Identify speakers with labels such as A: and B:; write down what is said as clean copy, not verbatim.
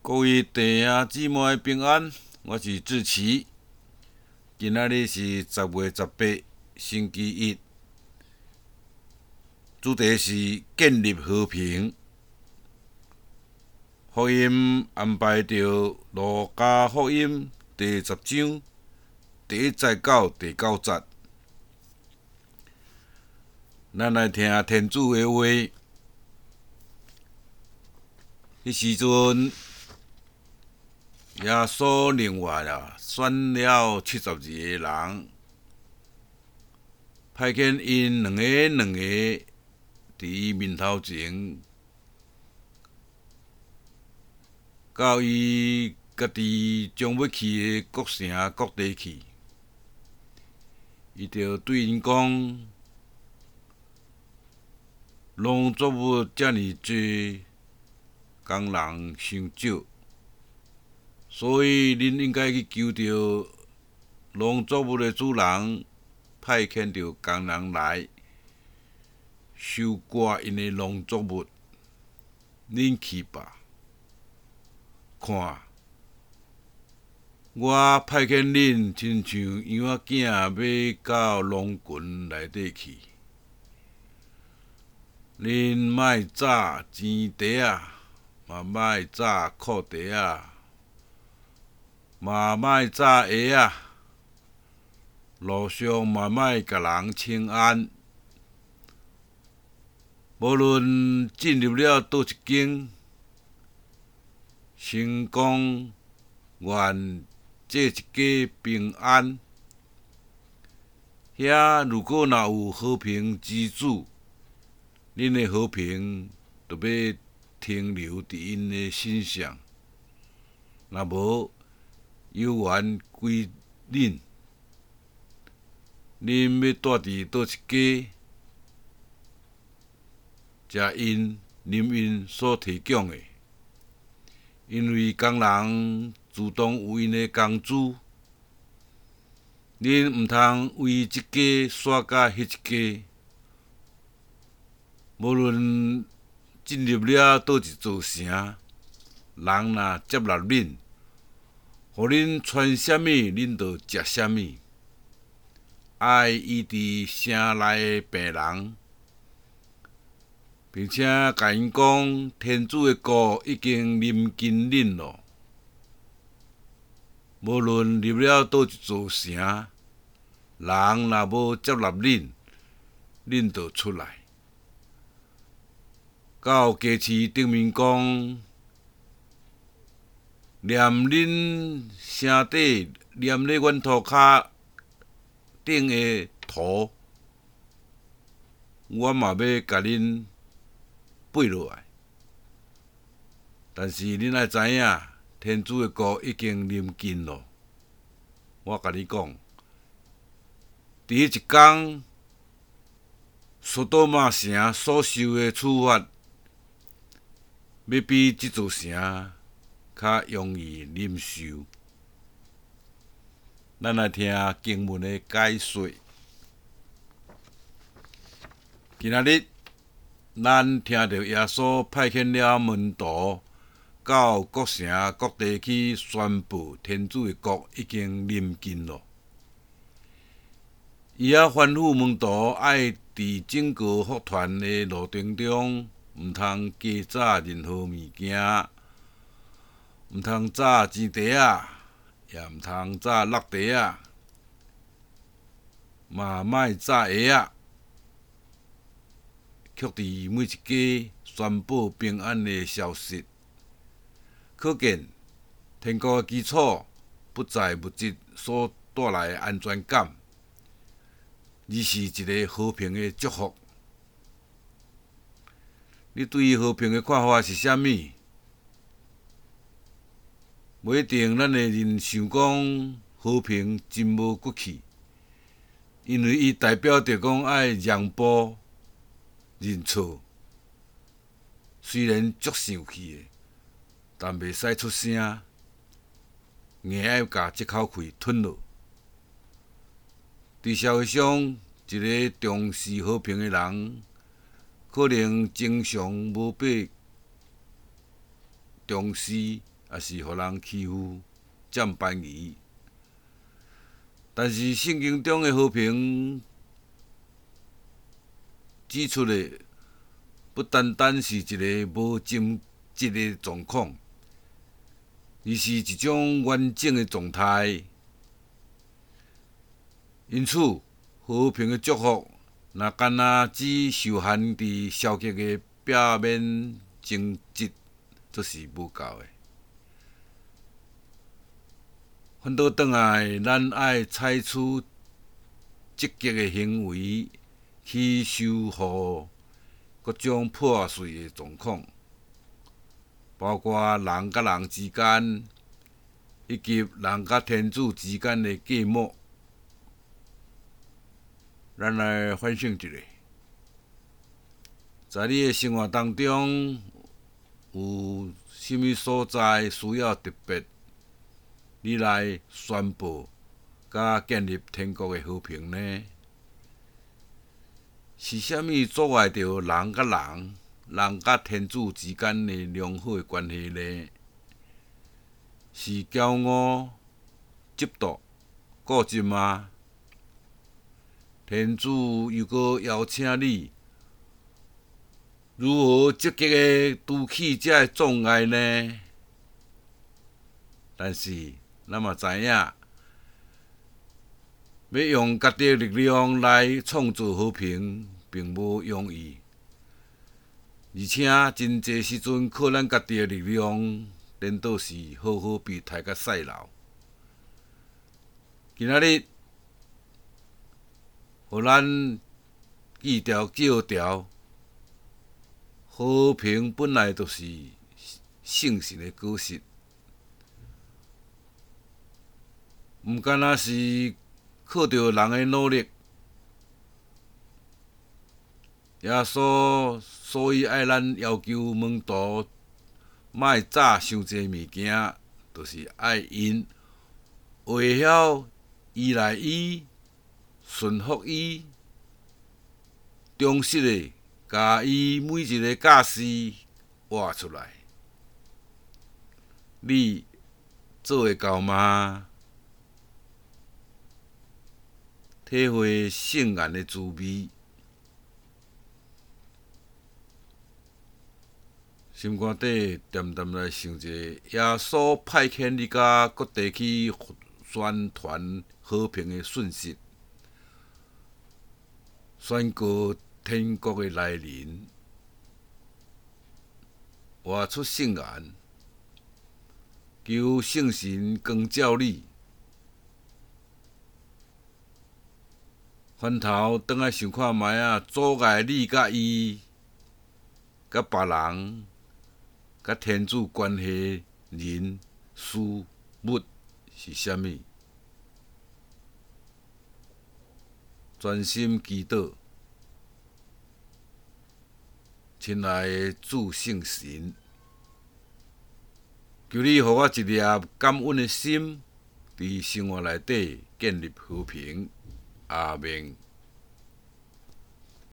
A: 各位弟兄姊妹平安，我是志奇。今仔日是10月18，星期一，主题是建立和平。福音安排着路加福音第10章第1节到第9节，咱来听天主的话。迄时阵，耶稣另外选了72个人，派遣因两个伫伊面头前，到伊家己将要去的各城各地去。伊就对因讲：农作物遮尔多，工人伤少，所以恁应该去求着农作物的主人，派遣着工人来收割因的农作物。恁去吧，看，我派遣恁，亲像羊仔囝要到狼群内底去。恁莫早钱袋啊，嘛莫早裤袋啊，嘛莫早鞋啊，路上嘛莫甲人请安。无论进入了倒一间，先讲愿这一家平安。遐如果若有和平之主，恁的和平就要停留伫因的身上；若无，有缘归恁。恁要住伫倒一家，食因、啉因所提供的，因为工人自动有因的工资。恁毋通为即家煞甲迄一家。无论进入了倒一座城，人若接纳恁，互恁穿啥物，恁就食啥物。爱医治城内的病人，并且甲因讲，天主的国已经临近恁咯。无论入了倒一座城，人若无接纳恁，恁就出来。到街市顶面讲，念恁城底念咧阮涂骹顶的土，我嘛要甲恁背落来。但是恁爱知影，天主的国已经临近咯。我甲你讲，伫迄一天，索多玛城所受的处罚，要比即座城较容易忍受。咱来听经文的解说。今仔日，咱听到耶稣派遣了门徒到各城各地去宣布天主的国已经临近咯。伊也吩咐门徒爱伫整个福传的路程中，毋通加载任何物件，毋通载钱袋啊，也毋通载落地啊，嘛莫载鞋啊，却伫每一家宣布平安的消息。可见，天国的基础不在物质所带来的安全感，而是一个和平的祝福。你对于和平的看法是啥物？无一定咱会认想讲和平真无骨气，因为伊代表着讲爱让步、认错。虽然足生气的，但袂使出声，硬爱甲即口气吞落。伫社会上，一个重视和平的人，可能经常无被重视， 也是互人欺负、占便宜。但是圣经中的和平指出的，不单单是一个无争执的状况，而是一种完整的状态。因此，和平的祝福，若干若只受限伫消极的表面争执，则是无够的。反倒转来，咱爱采取积极的行为，去修复各种破碎的状况，包括人甲人之间，以及人甲天主之间的隔膜。咱来反省一下，在你的生活当中，有啥物所在需要特别你来宣布甲建立天国的和平呢？是啥物阻碍着人甲人、人甲天主之间的良好的关系呢？是骄傲、嫉妒、固执吗？天主又搁邀请你，如何积极的拄起这障碍呢？但是，咱嘛知影，要用家己的力量来创造和平，并无容易，而且真侪时阵靠咱家己的力量，颠倒是好好比刣甲屎流。今仔日，互咱记条，和平本来就是圣神的果实，毋干若是靠着人的努力。耶稣所以爱咱要求门徒，莫早伤济物件，就是爱因会晓依赖伊。顺服伊，忠实的甲伊每一个教示活出来。你做会到吗？体会圣言的滋味，心肝底淡淡来想者，耶稣派遣你甲各地去宣传和平的讯息。宣告天国的来临，活出圣言，求圣神光照你，翻头转来想看卖啊，阻碍你甲伊、甲别人、甲天主关系人事物是啥物？专心祈祷，亲爱的主圣神，求你予我一粒感恩的心，伫生活内底建立和平。阿明。